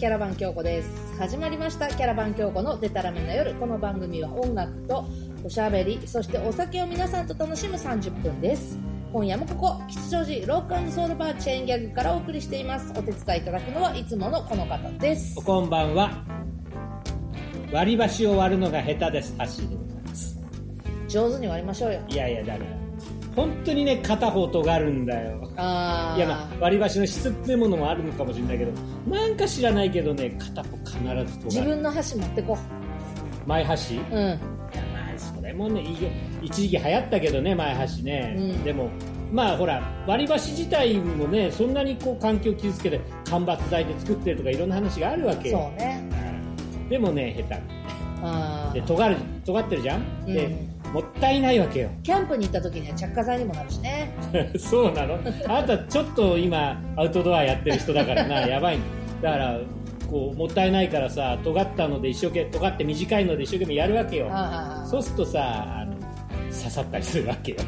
キャラバン京子です。始まりましたキャラバン京子のデタラメな夜。この番組は音楽とおしゃべり、そしてお酒を皆さんと楽しむ30分です。今夜もここ吉祥寺ロック&ソウルバーチェーンギャグからお送りしています。お手伝いいただくのはいつものこの方です。 こんばんは。割り箸を割るのが下手です。ハッシーでございます。 上手に割りましょうよ。 いやいや、だから本当にね、片方尖るんだよ。いや、まあ割り箸の質っていうものもあるのかもしれないけど、なんか知らないけどね、片方必ず尖る。 自分の箸持ってこ前箸。 う。 いや、まあそれもね、一時期流行ったけどね、前箸ね、でもまあほら、割り箸自体もね、そんなにこう環境を傷つけて間伐材で作ってるとかいろんな話があるわけよ。 そうね。 でもね、下手で尖ってるじゃん、でもったいないわけよ。 キャンプに行った時には着火剤にもなるしね。 そうなの。あなたちょっと今アウトドアやってる人だからな。やばいのだからこうもったいないからさ、尖って短いので一生懸命やるわけよ。そうするとさ、刺さったりするわけよ。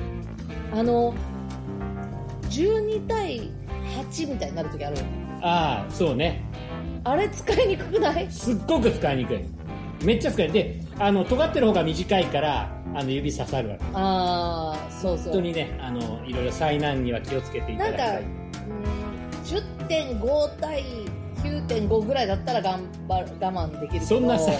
12対8みたいになる時あるよね。 ああ、そうね。 あれ使いにくくない？ すっごく使いにくい。めっちゃ使いにくい。で、尖ってる方が短いから指刺さるわけ。 ああ、そうそう。 本当にね、いろいろ災難には気をつけていただきたい。 なんか、10.5 対 9.5 ぐらいだったら我慢できるけど、 そんなさ、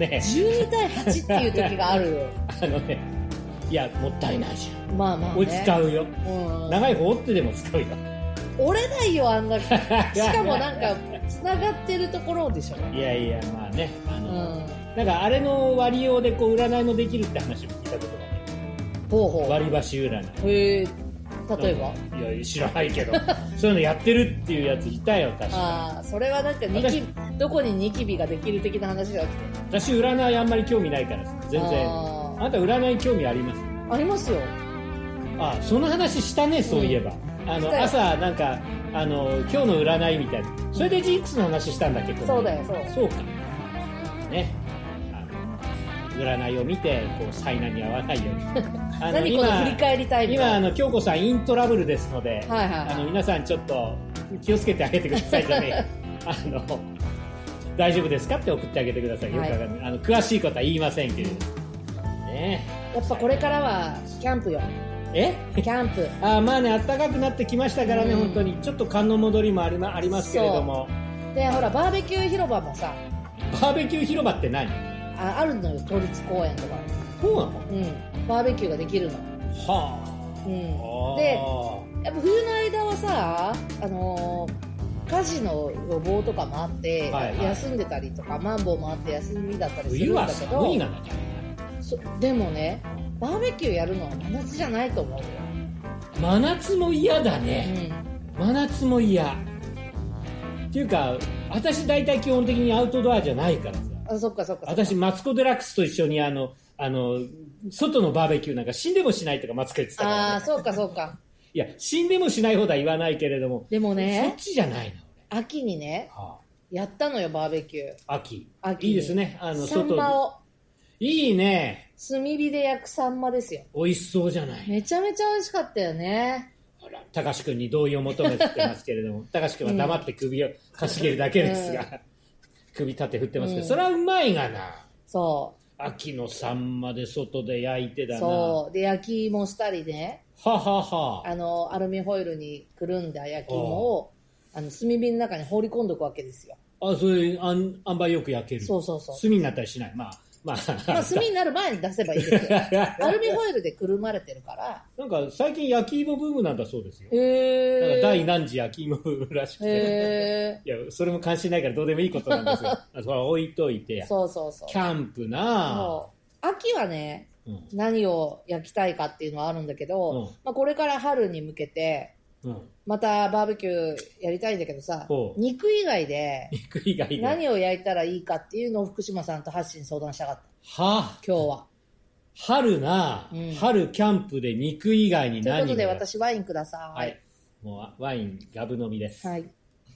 12対8っていう時があるよ。 いや、もったいないじゃん。 まあまあね。 俺使うよ。長い方折ってでも使うよ。 折れないよ、あんな。しかもなんか、繋がってるところでしょ。 いやいや、まあね。なんかあれの割り用でこう占いもできるって話も聞いたことがね。 ほうほう。 割り箸占い。 へえ。例えば？ いや、知らないけど。そういうのやってるっていうやついたよ、確かに。 ああ、それはなんかどこにニキビができる的な話じゃなくて。 私占いあんまり興味ないからさ、全然。あなた占い興味あります？ ありますよ。 あ、その話したね、そういえば。朝なんか、今日の占いみたいな。それでジンクスの話したんだっけ？ そうだよ、 そうか。ね。占いを見て、こう、災難に遭わないように。 何この振り返りタイム。 今、京子さんイントラブルですので、皆さんちょっと気をつけてあげてくださいじゃねえ。大丈夫ですかって送ってあげてください。よくわかんない。詳しいことは言いませんけれど。ね。 やっぱこれからは、キャンプよ。キャンプ。 まあね、暖かくなってきましたからね、本当に。ちょっと寒の戻りもありますけれども。 で、ほら、バーベキュー広場もさ。 バーベキュー広場って何？ あるのよ、都立公園とか。 そうなの？ バーベキューができるの。 はあ。で、やっぱ冬の間はさ、火事の予防とかもあって、休んでたりとか、マンボウもあって休みだったりするんだけど。 冬は寒いがなきゃ。 でもね、バーベキューやるのは真夏じゃないと思うよ。 真夏も嫌だね。真夏も嫌。っていうか、私大体基本的にアウトドアじゃないからさ。 そっか。 私、マツコ・デラックスと一緒に外のバーベキューなんか死んでもしないとかマツコ言ってたから、ね。 ああ、そうか。 いや、死んでもしないほどは言わないけれども。 でもね。 そっちじゃないの。 秋にね、やったのよ、バーベキュー。 秋。いいですね。 サンマを。 いいね。 炭火で焼くサンマですよ。 美味しそうじゃない。 めちゃめちゃ美味しかったよね。 ほら、高志くんに同意を求めてますけれども、高志くんは黙って首をかしげるだけですが、首立て振ってますけど、それはうまいがな。 そう。 秋のサンマで外で焼いてだな。 そう。で、焼き芋したりね。アルミホイルにくるんだ焼き芋を、炭火の中に放り込んでおくわけですよ。 そういう塩梅よく焼ける。 そう。 炭になったりしない。まあ、 炭になる前に出せばいいですよ。アルミホイルでくるまれてるから。 なんか最近焼き芋ブームなんだそうですよ。 なんか第何次焼き芋ブームらしくて。いや、それも関心ないからどうでもいいことなんですよ。それは置いといて。 そう。 キャンプな秋はね、何を焼きたいかっていうのはあるんだけど、これから春に向けて、またバーベキューやりたいんだけどさ、肉以外で何を焼いたらいいかっていうのを福島さんとハッシーに相談したかった。今日は。 春キャンプで肉以外に何を。 ということで私ワインください。 はい。もうワインガブ飲みです。 はい。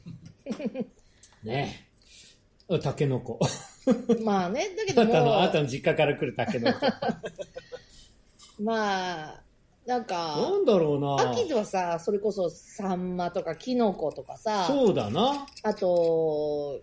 ねえ。タケノコ。 まあね、だけどもあなたの実家から来るタケノコ。 まあ、なんか、 なんだろうな。 秋はさ、それこそサンマとかキノコとかさ、 そうだな。 あと、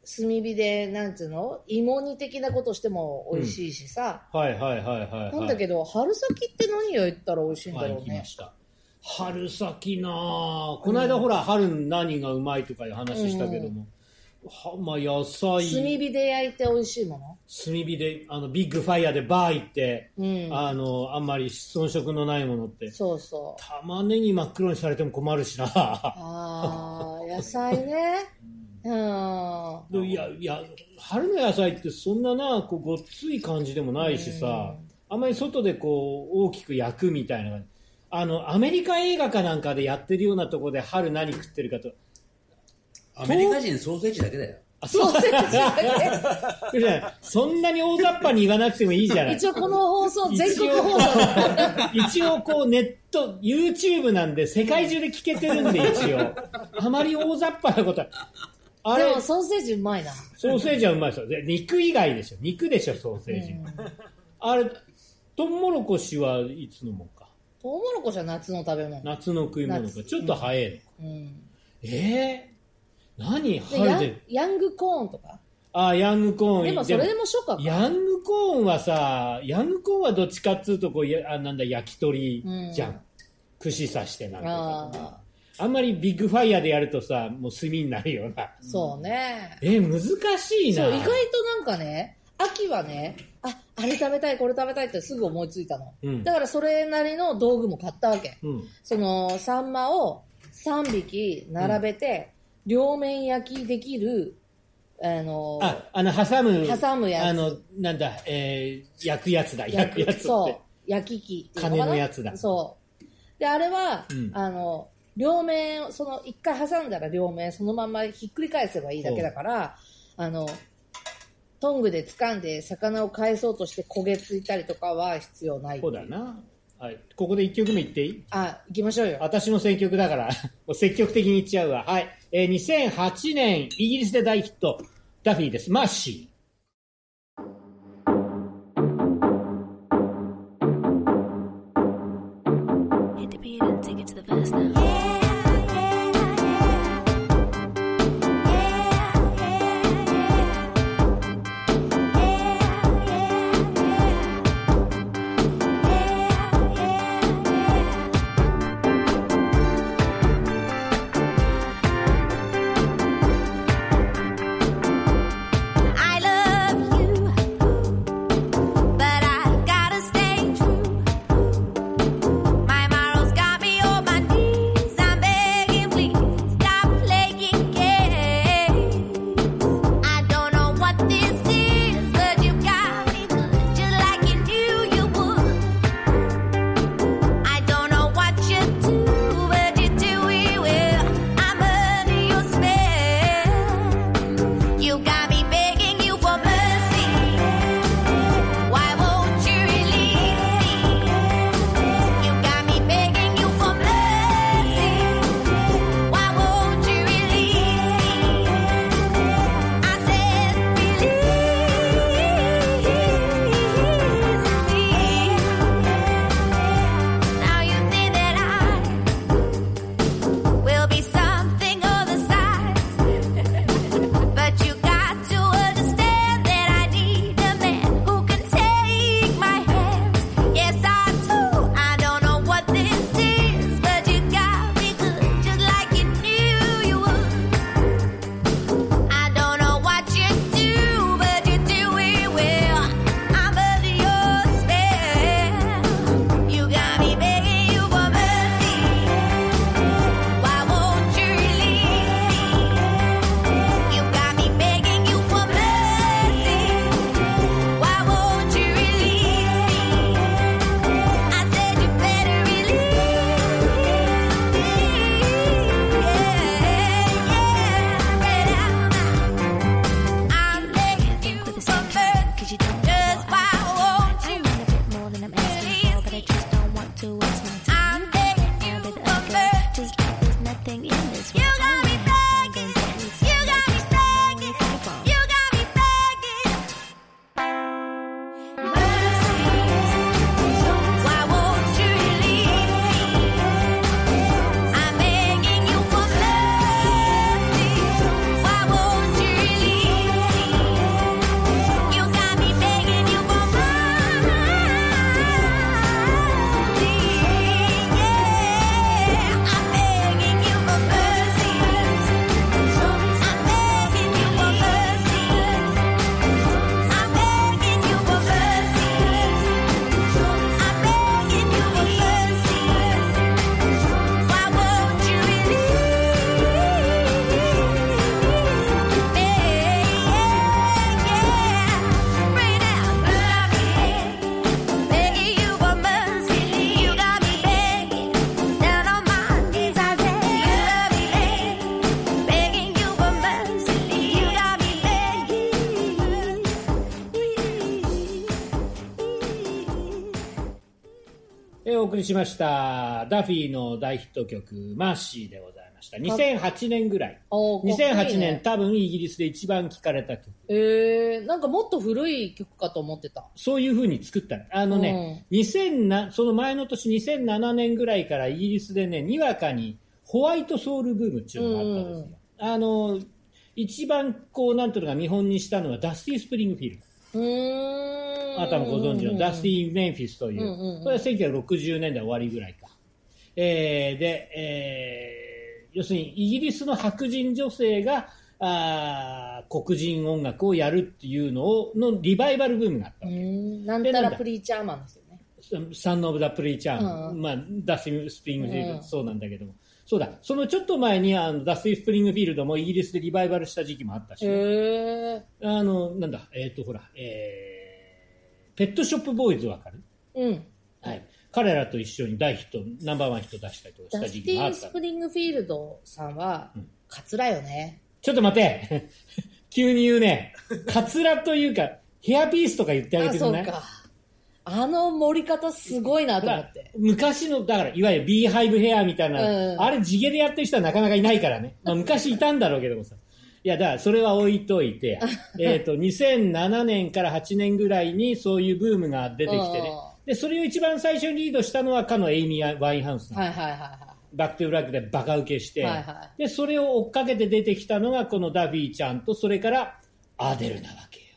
炭火で、なんつうの芋煮的なことしても美味しいしさ。 はいはいはいはい。 なんだけど、春先って何を言ったら美味しいんだろうね。 行きました。春先なぁ。この間ほら、春何がうまいとかいう話したけども。まあ野菜。 炭火で焼いて美味しいもの？ 炭火で、ビッグファイヤーでバー行って、あんまり遜色のないものって。 そうそう。 玉ねぎ真っ黒にされても困るしな。 野菜ね。 いや、春の野菜ってそんなな、ごっつい感じでもないしさ、あんまり外で大きく焼くみたいな。アメリカ映画かなんかでやってるようなところで春何食ってるかと。 アメリカ人ソーセージだけだよ。 ソーセージだけそんなに大雑把に言わなくてもいいじゃない。 一応この放送、全国放送。 一応ネット、YouTube なんで世界中で聞けてるんで一応。あまり大雑把なことは。 でもソーセージうまいな。 ソーセージはうまいですよ。肉以外でしょ。肉でしょ、ソーセージ。あれ、トウモロコシはいつのもんか。 トウモロコシは夏の食べ物。 夏の食い物か。ちょっと早いのか。何春で。 ヤングコーンとか。 ヤングコーン。 でもそれでも初夏か。 ヤングコーンはさ、どっちかっつうと焼き鳥じゃん。串刺してなんか。あんまりビッグファイヤーでやるとさ、もう炭になるような。 そうね。 難しいな。 そう、意外となんかね、秋はね、あれ食べたい、これ食べたいってすぐ思いついたの。だからそれなりの道具も買ったわけ。サンマを3匹並べて、両面焼きできる、 挟むやつ。なんだ、焼くやつだ、焼くやつって。 そう、焼き器っていうのかな。 金のやつだ。 そう。で、あれは、両面、一回挟んだら両面そのままひっくり返せばいいだけだから、トングで掴んで魚を返そうとして焦げついたりとかは必要ない。 そうだな。はい。ここで1曲目いっていい？ 行きましょうよ。 私の選曲だから、積極的にいっちゃうわ。はい。2008年、イギリスで大ヒット、ダフィーです。マッシー。 I love お送りしましたダフィーの大ヒット曲マーシーでございました。2008年ぐらい。2008年多分イギリスで一番聴かれた曲。 なんかもっと古い曲かと思ってた。 そういう風に作った。その前の年2007年ぐらいからイギリスでね、にわかにホワイトソウルブームっていうのがあったんですよ。一番こうなんていうのか見本にしたのはダスティ・スプリングフィールド。あなたもご存知のダスティ・メンフィスという、これは1960年代終わりぐらいか。要するにイギリスの白人女性が黒人音楽をやるっていうのリバイバルブームがあったわけ。 なんたらプリーチャーマンですよね。 サン・オブ・ザ・プリーチャーマン。まあ、ダスティ・スプリングフィールド、そうなんだけども。そうだ、そのちょっと前にダスティ・スプリングフィールドもイギリスでリバイバルした時期もあったし、なんだ、ほら、ペットショップボーイズわかる？はい。彼らと一緒に大ヒット、ナンバーワンヒット出したりとかした時期もあった。 ダスティ・スプリングフィールドさんは、カツラよね。 ちょっと待って急に言うね。カツラというか、ヘアピースとか言ってあげてくれない？ そうか。盛り方すごいなと思って。 昔の、だから、いわゆるビーハイブヘアみたいな、あれ地毛でやってる人はなかなかいないからね。まあ昔いたんだろうけどもさ。いや、だからそれは置いといて、2007年から8年ぐらいにそういうブームが出てきてね。で、それを一番最初にリードしたのはかのエイミー・ワインハウス。バックトゥーブラックでバカ受けして、で、それを追っかけて出てきたのがこのダフィーちゃんと、それからアデルなわけよ。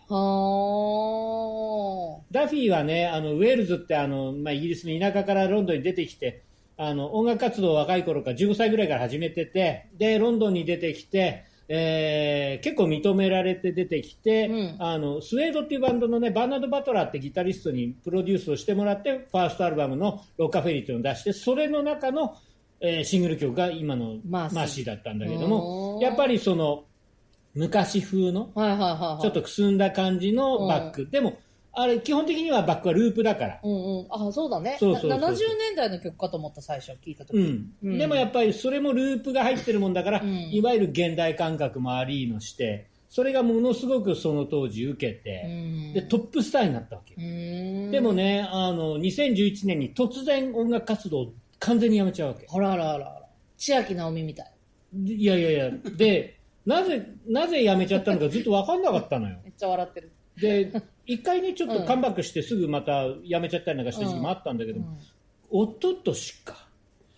ダフィーはね、ウェールズってイギリスの田舎からロンドンに出てきて、音楽活動を若い頃から15歳ぐらいから始めてて、で、ロンドンに出てきて、結構認められて出てきて、スウェードっていうバンドのね、バーナード・バトラーってギタリストにプロデュースをしてもらって、ファーストアルバムのロッカフェリーっていうのを出して、それの中の、シングル曲が今のマーシーだったんだけども、やっぱりその、昔風の、ちょっとくすんだ感じのバック。でも、あれ、基本的にはバックはループだから。 そうだね。70年代の曲かと思った、最初聞いたとき。 でもやっぱりそれもループが入ってるもんだから、いわゆる現代感覚もありのして、それがものすごくその当時受けて、で、トップスターになったわけ。でもね、2011年に突然音楽活動を完全にやめちゃうわけ。 あら。千秋直美みたい。 いや。で、なぜ辞めちゃったのかずっと分かんなかったのよ。 めっちゃ笑ってる。 で、一回ね、ちょっとカムバックしてすぐまた辞めちゃったりなんかした時期もあったんだけども、おととしか、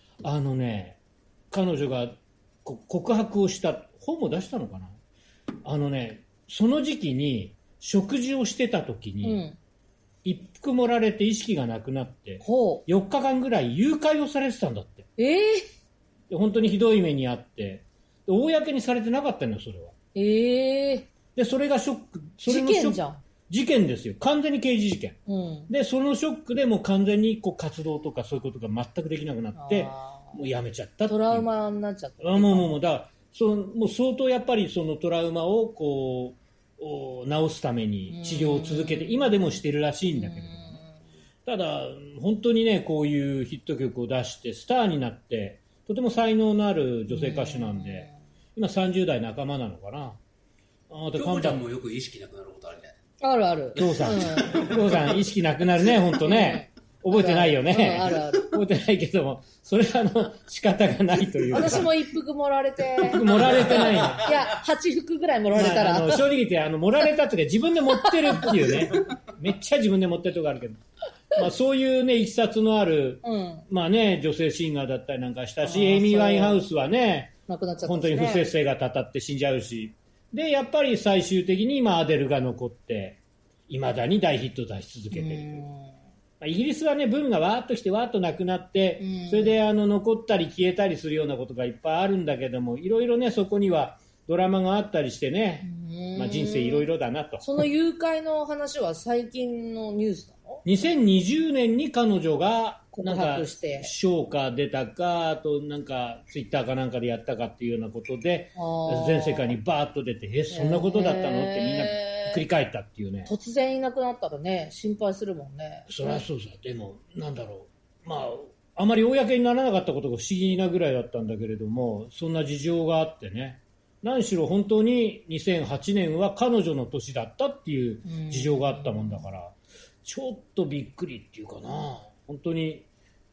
彼女が告白をした、本も出したのかな？その時期に食事をしてた時に、一服盛られて意識がなくなって、4日間ぐらい誘拐をされてたんだって。本当にひどい目にあって、公にされてなかったのよ、それは。で、それがショック。 事件じゃん。 事件ですよ。完全に刑事事件。で、そのショックでもう完全に活動とかそういうことが全くできなくなって、もうやめちゃったっていう。 トラウマになっちゃった。 もう、だから、もう相当やっぱりそのトラウマを治すために治療を続けて、今でもしてるらしいんだけれども。ただ、本当にね、こういうヒット曲を出してスターになって、とても才能のある女性歌手なんで、今30代半ばなのかな。 京子ちゃんもよく意識なくなることあるね。 ある。 父さん意識なくなるね、ほんとね。覚えてないよね。 ある。 覚えてないけども、それは仕方がないというか。 私も一服盛られて。 盛られてないの。いや、8服ぐらい盛られたら。 正直言って、盛られたっていうか自分で持ってるっていうね。めっちゃ自分で持ってるとこあるけど。まあそういうね、いきさつのある、まあね、女性シンガーだったりなんかしたし、エイミー・ワインハウスはね、本当に不摂生がたたって死んじゃうし。で、やっぱり最終的に今アデルが残って、未だに大ヒット出し続けてる。イギリスはね、ブームがわーっと来てわーっとなくなって、それで残ったり消えたりするようなことがいっぱいあるんだけども、いろいろね、そこにはドラマがあったりしてね、まあ人生いろいろだなと。 その誘拐の話は最近のニュースなの ？2020年に彼女が、 告白して。 賞か出たか、あとなんかツイッターかなんかでやったかっていうようなことで、全世界にバーッと出て、そんなことだったのってみんな繰り返ったっていうね。 突然いなくなったらね、心配するもんね。 そりゃそうさ。でも、なんだろう。まあ、あまり公にならなかったことが不思議なぐらいだったんだけれども、そんな事情があってね。何しろ本当に2008年は彼女の年だったっていう事情があったもんだから、ちょっとびっくりっていうかな。本当に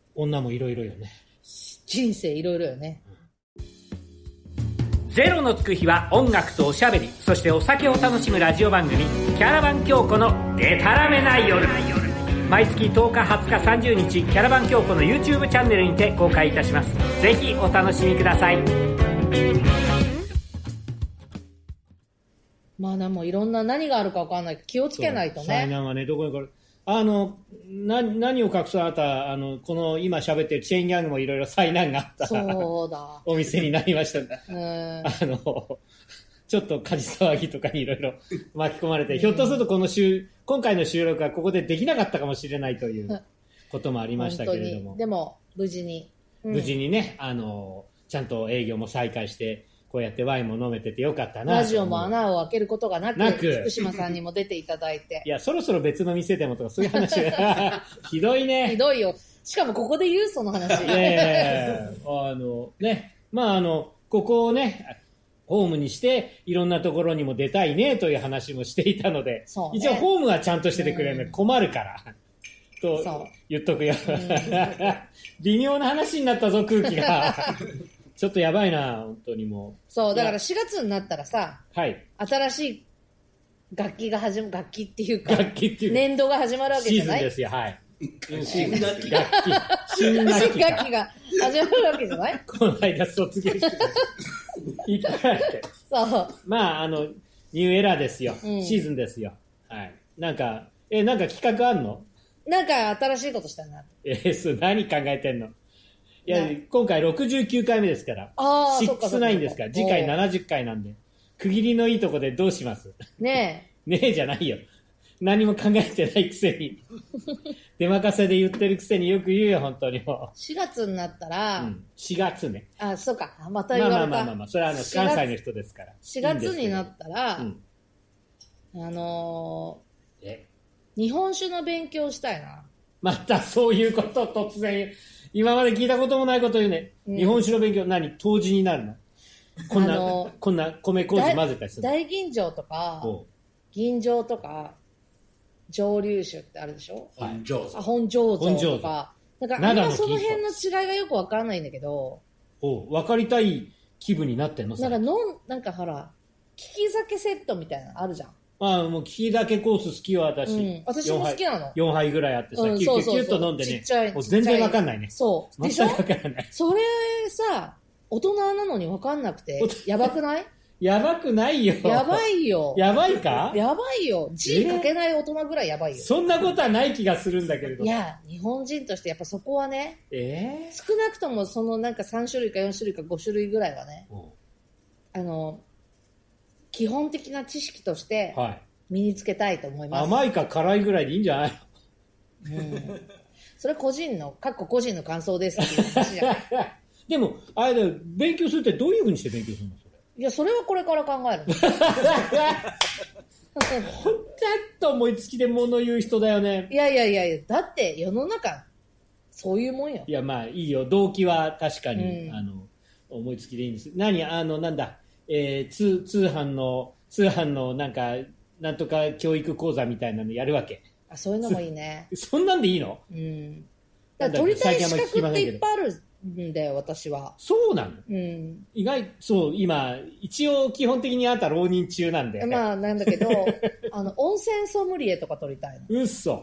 女もいろいろよね。 人生いろいろよね。 ゼロのつく日は音楽とおしゃべり、そしてお酒を楽しむラジオ番組、キャラバン京子のデタラメな夜。毎月10日、20日、30日、キャラバン京子の YouTube チャンネルにて公開いたします。ぜひお楽しみください。 まあでもいろんな何があるか分かんないけど気をつけないとね。 災難はね、どこにから何を隠すあなた、この今喋ってるチェーンギャングもいろいろ災難があったそうだお店になりましたんだ。ちょっと火事騒ぎとかにいろいろ巻き込まれて、ひょっとすると今回の収録はここでできなかったかもしれないということもありましたけれども。 でも無事にね、ちゃんと営業も再開して、こうやってワインも飲めててよかったな。 ラジオも穴を開けることがなく福島さんにも出ていただいて。 いや、そろそろ別の店でもとかそういう話がひどいね。 ひどいよ。しかもここで言うその話。 ね、まあここをね、ホームにしていろんなところにも出たいねという話もしていたので、ね、一応ホームはちゃんとしててくれるので困るから。と言っとくよ。微妙な話になったぞ、空気が。ちょっとやばいな、本当にもう。 そう、だから4月になったらさ、 はい、 新しい楽器っていうか、年度が始まるわけじゃない？ シーズンですよ、はい。 新学期が始まるわけじゃない？ この間卒業して言い換えて。 そう。 まあ、ニューエラーですよ。シーズンですよ。はい。なんか企画あんの？ なんか新しいことしたな。 それ何考えてんの？いや、今回69回目ですから。69ですから。次回70回なんで。区切りのいいとこでどうします？ ねえ。ねえじゃないよ。何も考えてないくせに。出任せで言ってるくせによく言うよ、本当にもう。 4月になったら。 4月ね。 あ、そうか。また言われた。 まあ。それは関西の人ですから。 4月になったら、日本酒の勉強したいな。 またそういうこと突然言う。今まで聞いたこともないこと言うね。日本酒の勉強、杜氏になるの？こんな米麹混ぜたりするの？ 大吟醸とか、吟醸とか、蒸留酒ってあるでしょ？ 本醸造とか。なんかあんまその辺の違いがよくわからないんだけど。 分かりたい気分になってんの？ なんかほら、利き酒セットみたいなのあるじゃん。 もう利き酒コース好きよ、私。 私も好きなの。 4杯ぐらいあってさ、キュッと飲んでね。もう全然わかんないね。 そう。 でしょ？全くわからない。 それさ、大人なのにわかんなくて、やばくない？ やばくないよ。 やばいよ。 やばいか？ やばいよ。字書けない大人ぐらいやばいよ。 そんなことはない気がするんだけれど。 いや、日本人としてやっぱそこはね、少なくともそのなんか3種類か4種類か5種類ぐらいはね、基本的な知識として、身につけたいと思います。 甘いか辛いぐらいでいいんじゃないの？それ個人の感想ですっていう話じゃない。 でも、あれだよ、勉強するってどういうふうにして勉強するの？ いや、それはこれから考える。 ほんと思いつきで物言う人だよね。 いや、だって世の中、そういうもんよ。 いや、まあいいよ。動機は確かに、思いつきでいいんです。なんだ、通販のなんとか教育講座みたいなのやるわけ。 あ、そういうのもいいね。 そんなんでいいの？ だから取りたい資格っていっぱいあるんだよ、私は。 そうなの？意外、そう、今、一応基本的にあんた浪人中なんで。 まあ、なんだけど、温泉ソムリエとか取りたいの。 うっそ。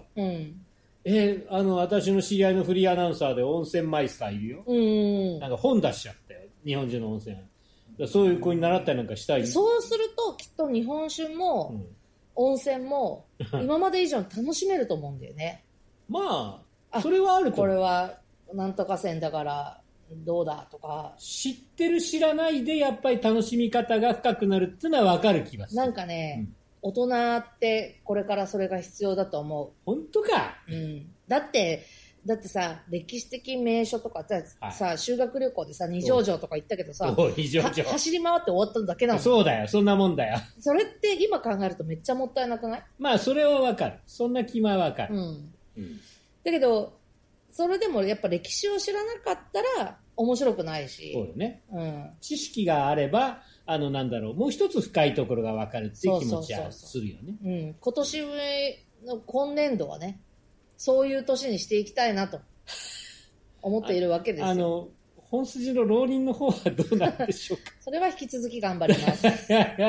私の知り合いのフリーアナウンサーで温泉マイスターいるよ。なんか本出しちゃったよ。日本中の温泉。そういう子に習ったりなんかしたい。 そうすると、きっと日本酒も、温泉も、今まで以上に楽しめると思うんだよね。 まあ、それはあると思う。 これは、なんとか線だから、どうだとか。 知ってる知らないで、やっぱり楽しみ方が深くなるっていうのは分かる気がする。 なんかね、大人ってこれからそれが必要だと思う。 本当か？ だってさ、歴史的名所とかさ、修学旅行でさ、二条城とか行ったけどさ、走り回って終わっただけなの。 そうだよ、そんなもんだよ。 それって今考えるとめっちゃもったいなくない？ まあ、それはわかる。そんな気はわかる。 だけど、それでもやっぱ歴史を知らなかったら面白くないし。 そうよね。知識があれば、もう一つ深いところがわかるっていう気持ちはするよね。 今年の今年度はね、そういう年にしていきたいなと。 思っているわけですよ。 本筋の浪人の方はどうなんでしょうか。 それは引き続き頑張ります。と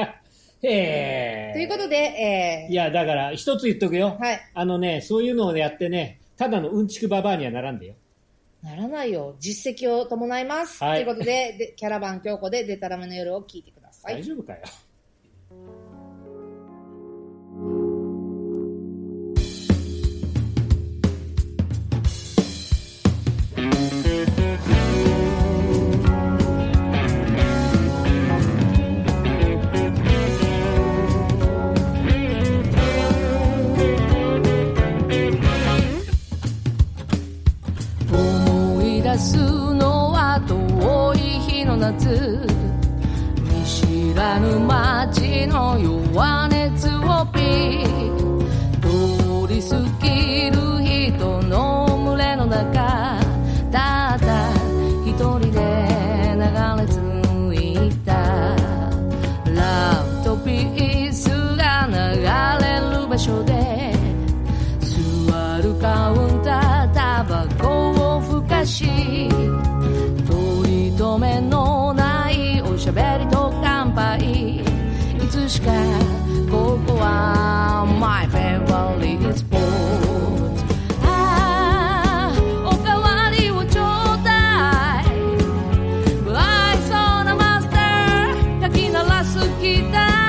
いうことで、 いや、だから、一つ言っとくよ。 はい。 そういうのをやってね、ただのうんちくババアにはならんでよ。 ならないよ。実績を伴います。はい。ということで、キャラバン京子でデタラメの夜を聞いてください。 大丈夫かよ。 すのは遠い日の夏、見知らぬ街の弱熱をピ通り過ぎる人の群れの中、ただ一人で流れ着いたラブとピースが流れる場所で座るカウンター、タバコをふかし、取り留めのないおしゃべりと乾杯、いつしかここは My favorite spot。 おかわりをちょうだい、不愛想なマスター、かき鳴らすギター、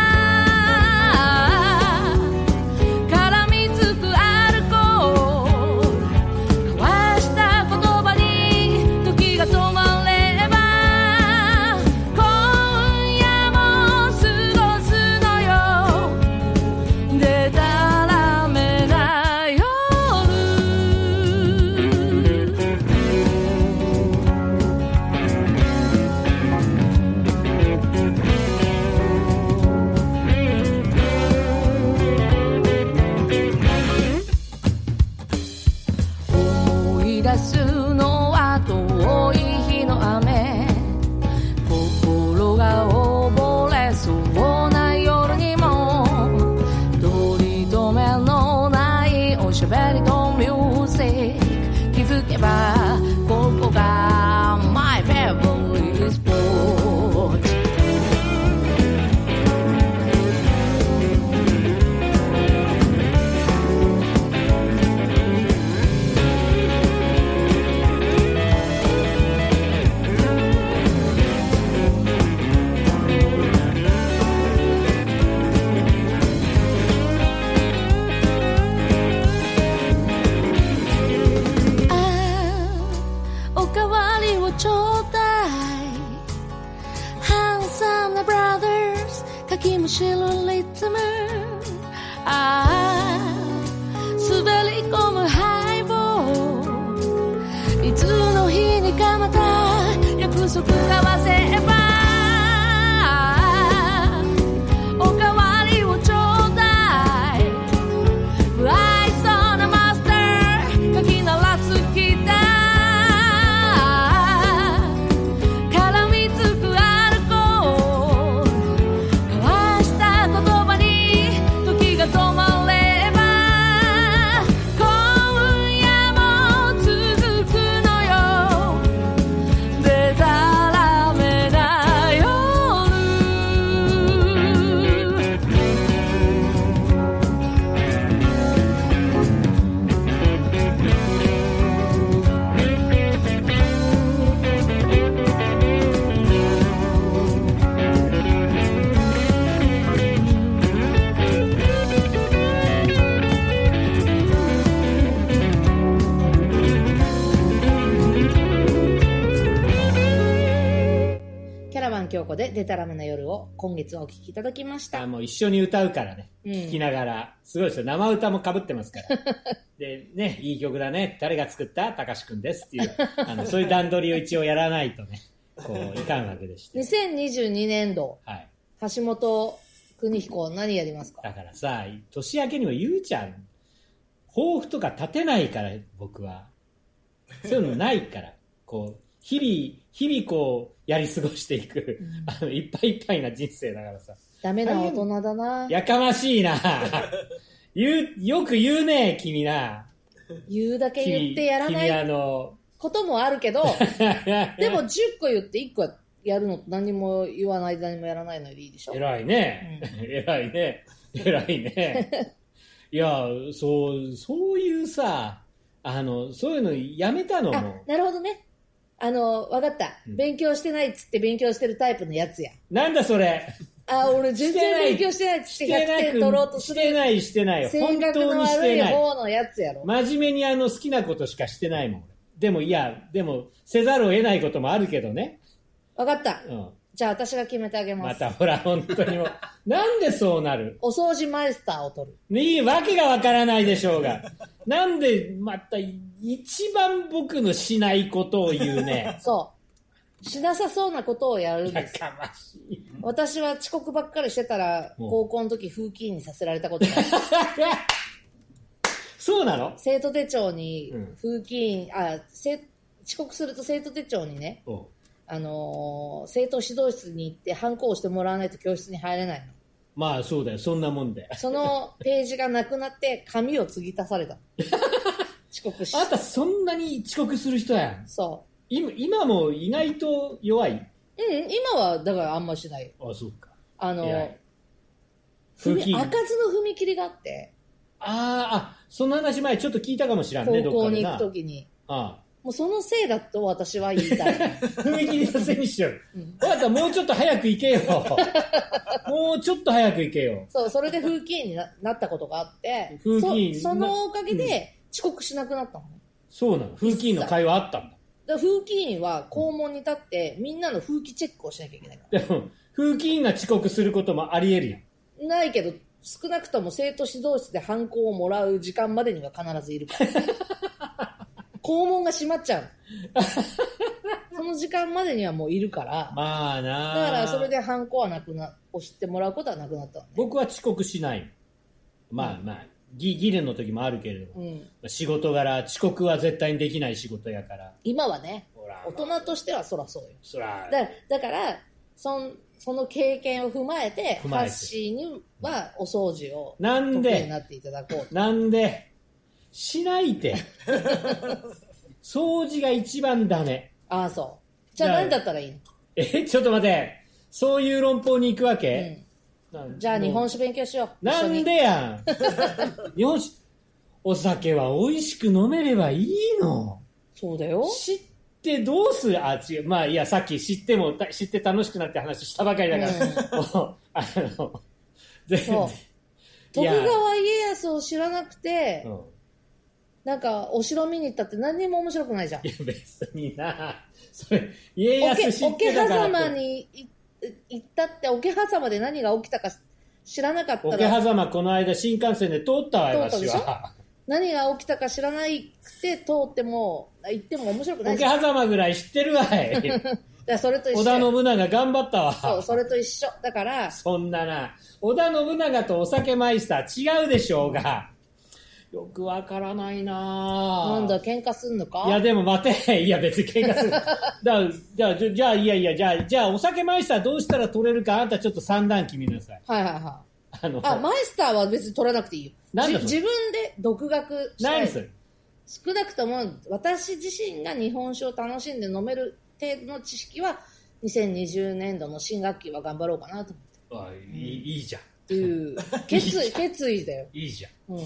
ここが My favorite spot。 白リズム、滑り込むハイボール、いつの日にかまた約束交わせば、おかわりをちょうだい、不愛想なマスター、かき鳴らすギター、 京子でデタラメな夜を今月お聴きいただきました。 もう一緒に歌うからね、聴きながら、すごいですよ、生歌も被ってますから。で、ね、いい曲だね、誰が作った？たかしくんですっていう、そういう段取りを一応やらないとね、こう、いかんわけでして。 2022年度、はい、橋本邦彦何やりますか？ だからさ、年明けにも言うじゃん。抱負とか立てないから、僕は。そういうのないから、こう、日々こう、やり過ごしていく、いっぱいいっぱいな人生だからさ。 ダメな大人だな。 やかましいな。よく言うね、君な。 言うだけ言ってやらない。 君こともあるけど、でも10個言って1個やるの何も言わない何もやらないのでいいでしょ。 偉いね。偉いね。偉いね。いや、そういうさ、そういうのやめたのも。 なるほどね。わかった。勉強してないっつって勉強してるタイプのやつや。 なんだそれ。 俺全然勉強してないっつって100点取ろうとする。 してない。 性格の悪い方のやつやろ。 真面目に好きなことしかしてないもん。でもせざるを得ないこともあるけどね。 わかった。じゃあ私が決めてあげます。 またほら、本当にもう。なんでそうなる？ お掃除マイスターを取る。 いいわけがわからないでしょうが。なんでまた一番僕のしないことを言うね。 そう。しなさそうなことをやるんです。 やかましい。 私は遅刻ばっかりしてたら、高校の時風紀委員にさせられたことがある。 そうなの？ 生徒手帳に風紀委員、遅刻すると生徒手帳にね、生徒指導室に行ってハンコをしてもらわないと教室に入れないの。 まあそうだよ、そんなもんで。 そのページがなくなって紙を継ぎ足された。遅刻して。 あんたそんなに遅刻する人やん。 そう。 今も意外と弱い？ 今はだからあんましない。 あ、そうか。 開かずの踏切があって。 その話前ちょっと聞いたかもしれんね、 高校に行くときに。もうそのせいだと私は言いたい。 踏切のせいにしよう。あんたもうちょっと早く行けよ。もうちょっと早く行けよ。 そう、それで風紀委員になったことがあって、そのおかげで遅刻しなくなったのね。 そうなの？風紀委員の会話あったんだ。 風紀委員は校門に立ってみんなの風紀チェックをしなきゃいけないから。 でも、風紀委員が遅刻することもあり得るやん。 ないけど、少なくとも生徒指導室でハンコをもらう時間までには必ずいるから。校門が閉まっちゃう。その時間までにはもういるから。 まあな。 だからそれでハンコは押してもらうことはなくなったのね。 僕は遅刻しない。まあ、ギレの時もあるけれども、仕事柄、遅刻は絶対にできない仕事やから。 今はね、大人としてはそらそうよ。 そら。 だから、その経験を踏まえて、ハッシーにはお掃除を得意になっていただこう。 なんでしないて。掃除が一番ダメ。 そう。じゃあ何だったらいいの？ ちょっと待て。そういう論法に行くわけ？ じゃあ日本酒勉強しよう。 なんでやん。日本酒、お酒は美味しく飲めればいいの。 そうだよ。 知ってどうする？違う。まあいや、さっき知って楽しくなって話したばかりだから。 そう。徳川家康を知らなくて、なんかお城見に行ったって何にも面白くないじゃん。 いや別にな。それ家康知ってたから。 桶狭間に行ったって桶狭間で何が起きたか知らなかったら。 桶狭間この間新幹線で通ったわよ、私は。 何が起きたか知らないくて行っても面白くないじゃん。 桶狭間ぐらい知ってるわい。 それと一緒。 織田信長頑張ったわ。 そう、それと一緒。だから。 そんなな。織田信長とお酒マイスター違うでしょうが。よくわからないななんだ、喧嘩すんのか？ いや、でも待て。いや、別に喧嘩する。じゃあ、じゃあ、お酒マイスターどうしたら取れるか、あんたちょっと3段決めなさい。 はいはいはい。マイスターは別に取らなくていいよ。自分で独学したい。 何それ？ 少なくとも、私自身が日本酒を楽しんで飲める程度の知識は、2020年度の新学期は頑張ろうかなと思って。 いいじゃん。 っていう、決意だよ。 いいじゃん。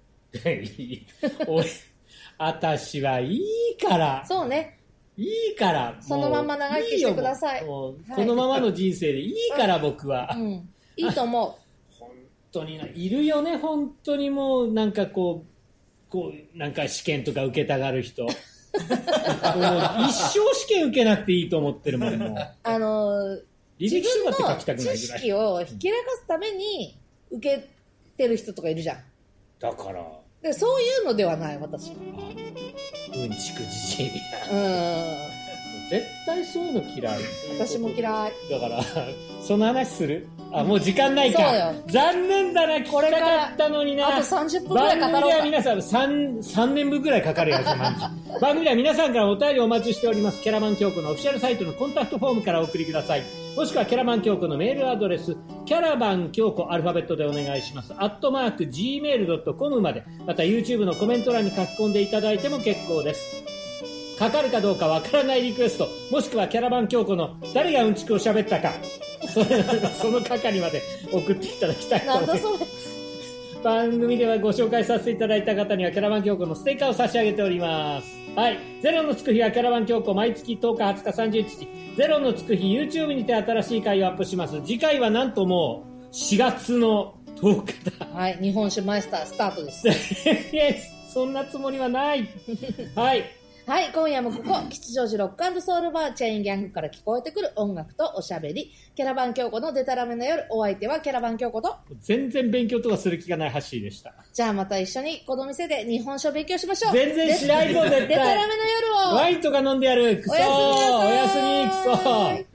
私はいいから。 そうね。 いいから。 そのまま長生きしてください。 このままの人生でいいから、僕は。 いいと思う。 本当にいるよね、本当にもう、なんかなんか試験とか受けたがる人。もう一生試験受けなくていいと思ってるもん、もう。履歴書だって書きたくないぐらい。 知識をひけらかすために受けてる人とかいるじゃん。 だから。 でそういうのではない、私は。 うんちくじじい。絶対そういうの嫌い。 私も嫌い。 だから、その話する？もう時間ないか。 そうよ。 残念だな、聞きたかったのにな。 あと30分くらいかかろうか。 番組では皆さん3年分くらいかかるやつ番組では皆さんからお便りをお待ちしております。キャラバン京子のオフィシャルサイトのコンタクトフォームからお送りください。もしくはキャラバン京子のメールアドレス、キャラバン京子アルファベットでお願いします。@gmail.com まで、また YouTube のコメント欄に書き込んでいただいても結構です。 かかるかどうかわからないリクエスト、もしくはキャラバン京子の誰がうんちくを喋ったか、その係まで送っていただきたいと思います。番組ではご紹介させていただいた方にはキャラバン京子のステッカーを差し上げております。はい。ゼロのつく日はキャラバン京子毎月10日、20日、31日。ゼロのつく日 YouTube にて新しい回をアップします。次回はなんともう4月の10日だ。 はい。日本酒マイスタースタートです。 そんなつもりはない。はい。 はい、今夜もここ、吉祥寺ロック&ソウルバーチェーンギャングから聞こえてくる音楽とおしゃべり、キャラバン京子のデタラメな夜、お相手はキャラバン京子と、 全然勉強とかする気がないハッシーでした。 じゃあまた一緒にこの店で日本酒を勉強しましょう。 全然しないと絶対。 デタラメの夜を。 ワインとか飲んでやる。クソー。おやすみ、クソー。